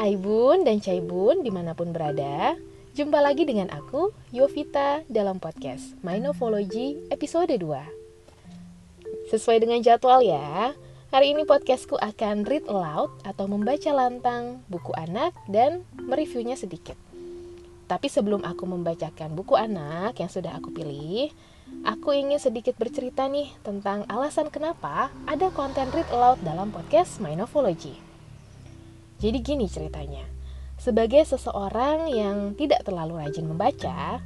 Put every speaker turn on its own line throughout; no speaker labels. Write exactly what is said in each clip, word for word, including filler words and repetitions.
Aibun dan Caibun dimanapun berada, jumpa lagi dengan aku, Yovita, dalam podcast My Novology episode dua. Sesuai dengan jadwal ya, hari ini podcastku akan read aloud atau membaca lantang buku anak dan mereviewnya sedikit. Tapi sebelum aku membacakan buku anak yang sudah aku pilih, aku ingin sedikit bercerita nih tentang alasan kenapa ada konten read aloud dalam podcast My Novology. Jadi gini ceritanya, sebagai seseorang yang tidak terlalu rajin membaca,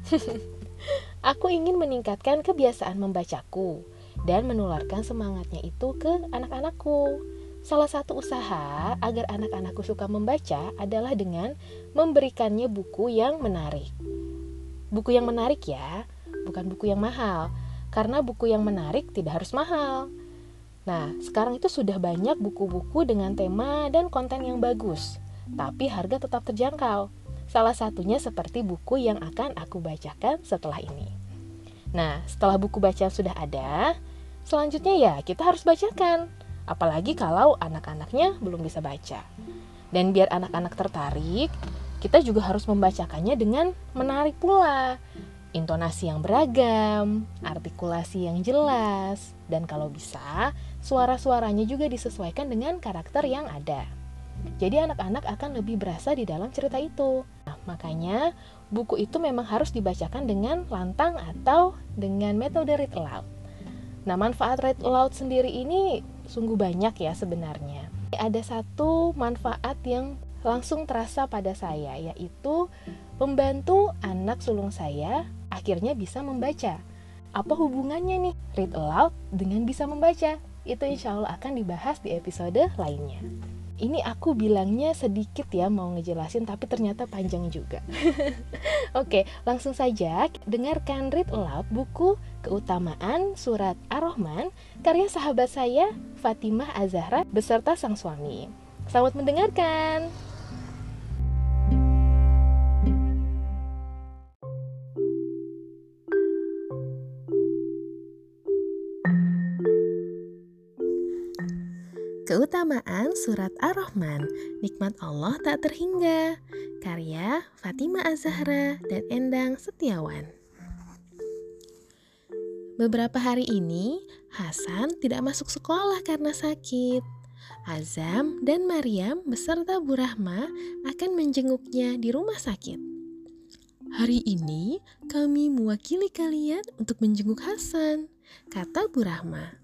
aku ingin meningkatkan kebiasaan membacaku dan menularkan semangatnya itu ke anak-anakku. Salah satu usaha agar anak-anakku suka membaca adalah dengan memberikannya buku yang menarik. Buku yang menarik ya, bukan buku yang mahal, karena buku yang menarik tidak harus mahal. Nah, sekarang itu sudah banyak buku-buku dengan tema dan konten yang bagus, tapi harga tetap terjangkau. Salah satunya seperti buku yang akan aku bacakan setelah ini. Nah, setelah buku bacaan sudah ada, selanjutnya ya kita harus bacakan. Apalagi kalau anak-anaknya belum bisa baca. Dan biar anak-anak tertarik, kita juga harus membacakannya dengan menarik pula. Intonasi yang beragam, artikulasi yang jelas, dan kalau bisa, suara-suaranya juga disesuaikan dengan karakter yang ada. Jadi anak-anak akan lebih berasa di dalam cerita itu. Nah, makanya buku itu memang harus dibacakan dengan lantang atau dengan metode read aloud. Nah, manfaat read aloud sendiri ini sungguh banyak ya sebenarnya. Ada satu manfaat yang langsung terasa pada saya, yaitu membantu anak sulung saya akhirnya bisa membaca. Apa hubungannya nih read aloud dengan bisa membaca? Itu insya Allah akan dibahas di episode lainnya. Ini aku bilangnya sedikit ya mau ngejelasin, tapi ternyata panjang juga. Oke, langsung saja dengarkan read aloud buku Keutamaan Surat Ar-Rahman karya sahabat saya Fatimah Az-Zahra beserta sang suami. Selamat mendengarkan. Keutamaan Surat Ar-Rahman, Nikmat Allah Tak Terhingga, karya Fatimah Az-Zahra dan Endang Setiawan. Beberapa hari ini, Hasan tidak masuk sekolah karena sakit. Azam dan Maryam beserta Bu Rahma akan menjenguknya di rumah sakit. Hari ini, kami mewakili kalian untuk menjenguk Hasan, kata Bu Rahma.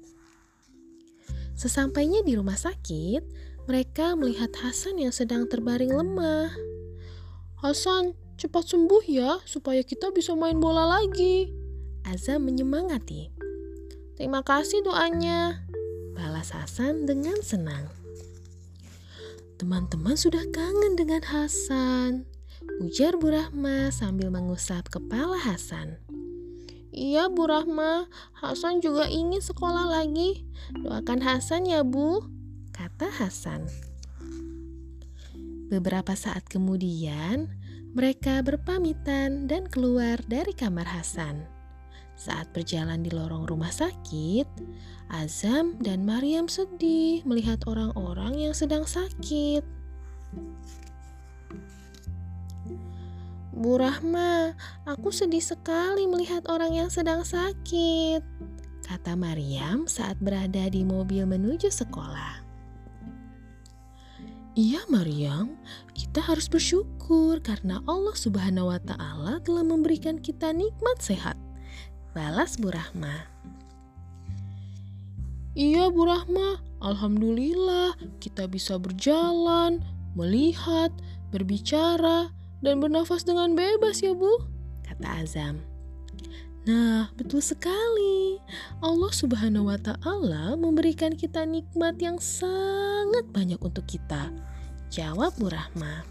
Sesampainya di rumah sakit, mereka melihat Hasan yang sedang terbaring lemah. Hasan, cepat sembuh ya, supaya kita bisa main bola lagi. Azam menyemangati. Terima kasih doanya, balas Hasan dengan senang. Teman-teman sudah kangen dengan Hasan, ujar Bu Rahma sambil mengusap kepala Hasan. Iya Bu Rahma, Hasan juga ingin sekolah lagi. Doakan Hasan ya Bu, kata Hasan. Beberapa saat kemudian, mereka berpamitan dan keluar dari kamar Hasan. Saat berjalan di lorong rumah sakit, Azam dan Maryam sedih melihat orang-orang yang sedang sakit. Bu Rahma, aku sedih sekali melihat orang yang sedang sakit, kata Maryam saat berada di mobil menuju sekolah. Iya Maryam, kita harus bersyukur karena Allah Subhanahu wa Ta'ala telah memberikan kita nikmat sehat, balas Bu Rahma. Iya Bu Rahma, alhamdulillah kita bisa berjalan, melihat, berbicara, dan bernafas dengan bebas ya Bu, kata Azam. Nah, betul sekali. Allah Subhanahu wa Ta'ala memberikan kita nikmat yang sangat banyak untuk kita, jawab Bu Rahma.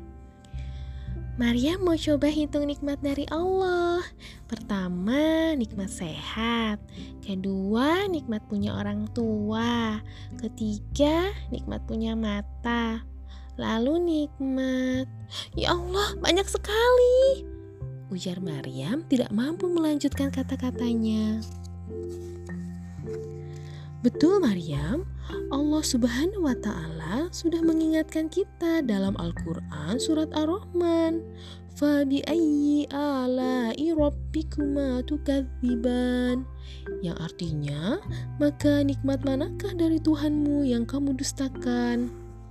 Maryam mau coba hitung nikmat dari Allah. Pertama, nikmat sehat. Kedua, nikmat punya orang tua. Ketiga, nikmat punya mata. Lalu nikmat, ya Allah banyak sekali, ujar Maryam tidak mampu melanjutkan kata-katanya.
Betul Maryam, Allah Subhanahu wa Ta'ala sudah mengingatkan kita dalam Al-Quran surat Ar-Rahman. Fabi'ayyi ala'i rabbikuma tukadziban, yang artinya, maka nikmat manakah dari Tuhanmu yang kamu dustakan?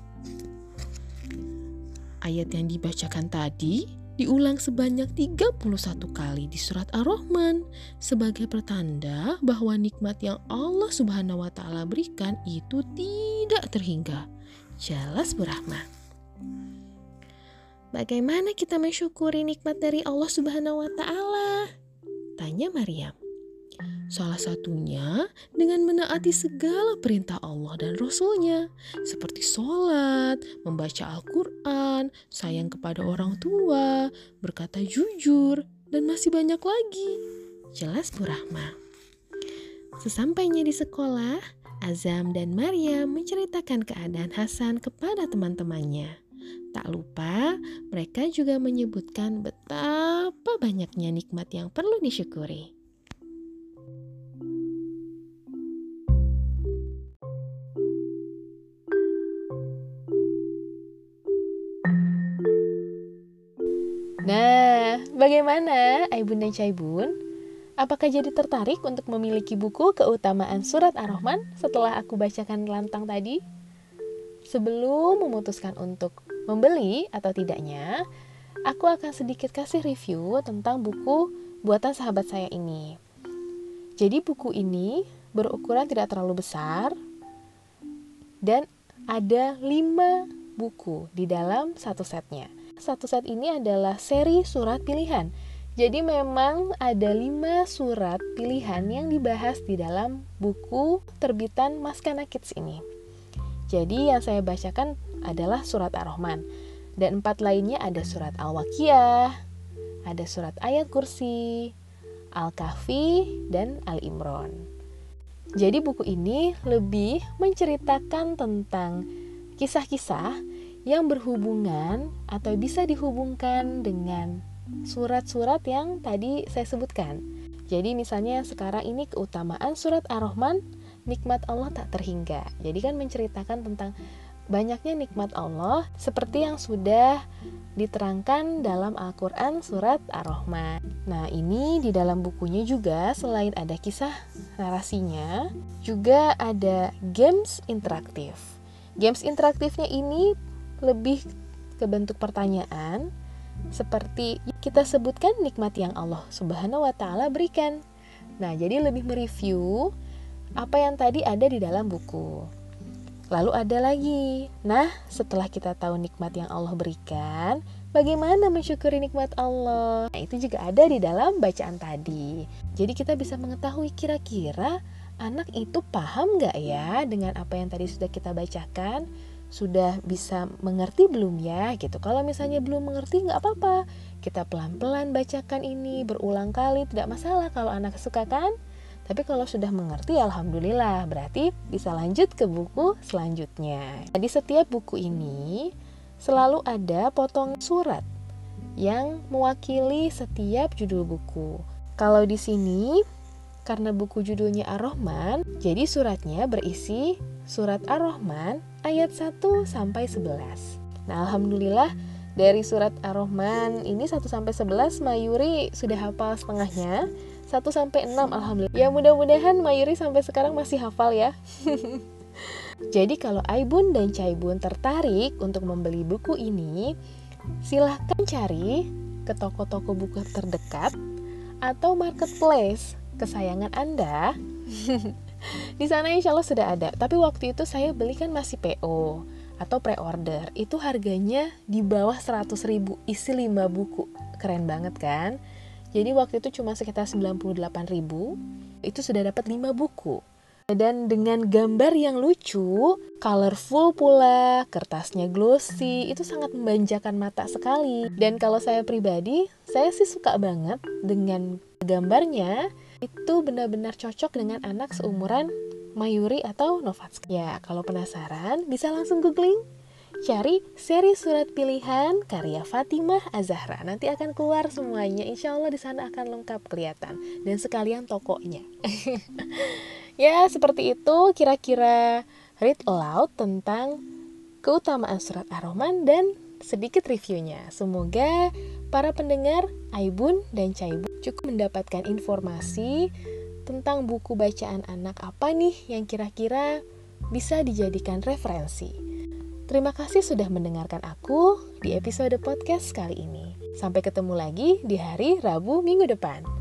Ayat yang dibacakan tadi diulang sebanyak tiga puluh satu kali di surat Ar-Rahman sebagai pertanda bahwa nikmat yang Allah Subhanahu wa Ta'ala berikan itu tidak terhingga, jelas berahmah. Bagaimana kita mensyukuri nikmat dari Allah Subhanahu wa Ta'ala? Tanya Maryam. Salah satunya dengan menaati segala perintah Allah dan Rasul-Nya, seperti sholat, membaca Al-Quran, sayang kepada orang tua, berkata jujur, dan masih banyak lagi. Jelas Bu Rahma. Sesampainya di sekolah, Azam dan Maryam menceritakan keadaan Hasan kepada teman-temannya. Tak lupa, mereka juga menyebutkan betapa banyaknya nikmat yang perlu disyukuri.
Nah, bagaimana Aibun dan Caibun? Apakah jadi tertarik untuk memiliki buku keutamaan surat Ar-Rahman setelah aku bacakan lantang tadi? Sebelum memutuskan untuk membeli atau tidaknya, aku akan sedikit kasih review tentang buku buatan sahabat saya ini. Jadi buku ini berukuran tidak terlalu besar dan ada lima buku di dalam satu setnya. Satu set ini adalah seri surat pilihan. Jadi memang ada lima surat pilihan yang dibahas di dalam buku terbitan Maskana Kids ini. Jadi yang saya bacakan adalah surat Ar-Rahman. Dan empat lainnya ada surat Al-Waqiah, ada surat Ayat Kursi, Al-Kahfi, dan Al-Imran. Jadi buku ini lebih menceritakan tentang kisah-kisah yang berhubungan atau bisa dihubungkan dengan surat-surat yang tadi saya sebutkan. Jadi misalnya sekarang ini keutamaan surat Ar-Rahman, nikmat Allah tak terhingga. Jadi kan menceritakan tentang banyaknya nikmat Allah seperti yang sudah diterangkan dalam Al-Quran surat Ar-Rahman. Nah ini di dalam bukunya juga selain ada kisah narasinya, juga ada games interaktif. Games interaktifnya ini lebih ke bentuk pertanyaan seperti kita sebutkan nikmat yang Allah Subhanahu wa Ta'ala berikan. Nah, jadi lebih mereview apa yang tadi ada di dalam buku. Lalu ada lagi. Nah, setelah kita tahu nikmat yang Allah berikan, bagaimana mensyukuri nikmat Allah? Nah, itu juga ada di dalam bacaan tadi. Jadi kita bisa mengetahui kira-kira anak itu paham gak ya dengan apa yang tadi sudah kita bacakan? Sudah bisa mengerti belum ya gitu. Kalau misalnya belum mengerti nggak apa-apa, kita pelan-pelan bacakan ini berulang kali, tidak masalah kalau anak suka kan. Tapi kalau sudah mengerti, alhamdulillah, berarti bisa lanjut ke buku selanjutnya. Di setiap buku ini selalu ada potong surat yang mewakili setiap judul buku. Kalau di sini karena buku judulnya Ar-Rahman, jadi suratnya berisi surat Ar-Rahman ayat satu sampai sebelas. Nah, alhamdulillah dari surat Ar-Rahman ini satu sampai sebelas Mayuri sudah hafal setengahnya. satu sampai enam alhamdulillah. Ya mudah-mudahan Mayuri sampai sekarang masih hafal ya. Jadi kalau Aibun dan Caibun tertarik untuk membeli buku ini, silahkan cari ke toko-toko buku terdekat atau marketplace kesayangan Anda. Di sana insya Allah sudah ada. Tapi waktu itu saya beli kan masih P O atau pre-order. Itu harganya di bawah seratus ribu, isi lima buku. Keren banget kan? Jadi waktu itu cuma sekitar sembilan puluh delapan ribu. Itu sudah dapat lima buku. Dan dengan gambar yang lucu, colorful pula, kertasnya glossy, itu sangat memanjakan mata sekali. Dan kalau saya pribadi, saya sih suka banget dengan gambarnya. Itu benar-benar cocok dengan anak seumuran Mayuri atau Novatska. Ya, kalau penasaran bisa langsung googling. Cari seri surat pilihan karya Fatimah Az-Zahra. Nanti akan keluar semuanya. Insya Allah di sana akan lengkap kelihatan. Dan sekalian tokonya. Ya, seperti itu kira-kira read aloud tentang keutamaan surat Ar-Rahman dan sedikit reviewnya. Semoga para pendengar Aibun dan Caibun cukup mendapatkan informasi tentang buku bacaan anak apa nih yang kira-kira bisa dijadikan referensi. Terima kasih sudah mendengarkan aku di episode podcast kali ini. Sampai ketemu lagi di hari Rabu minggu depan.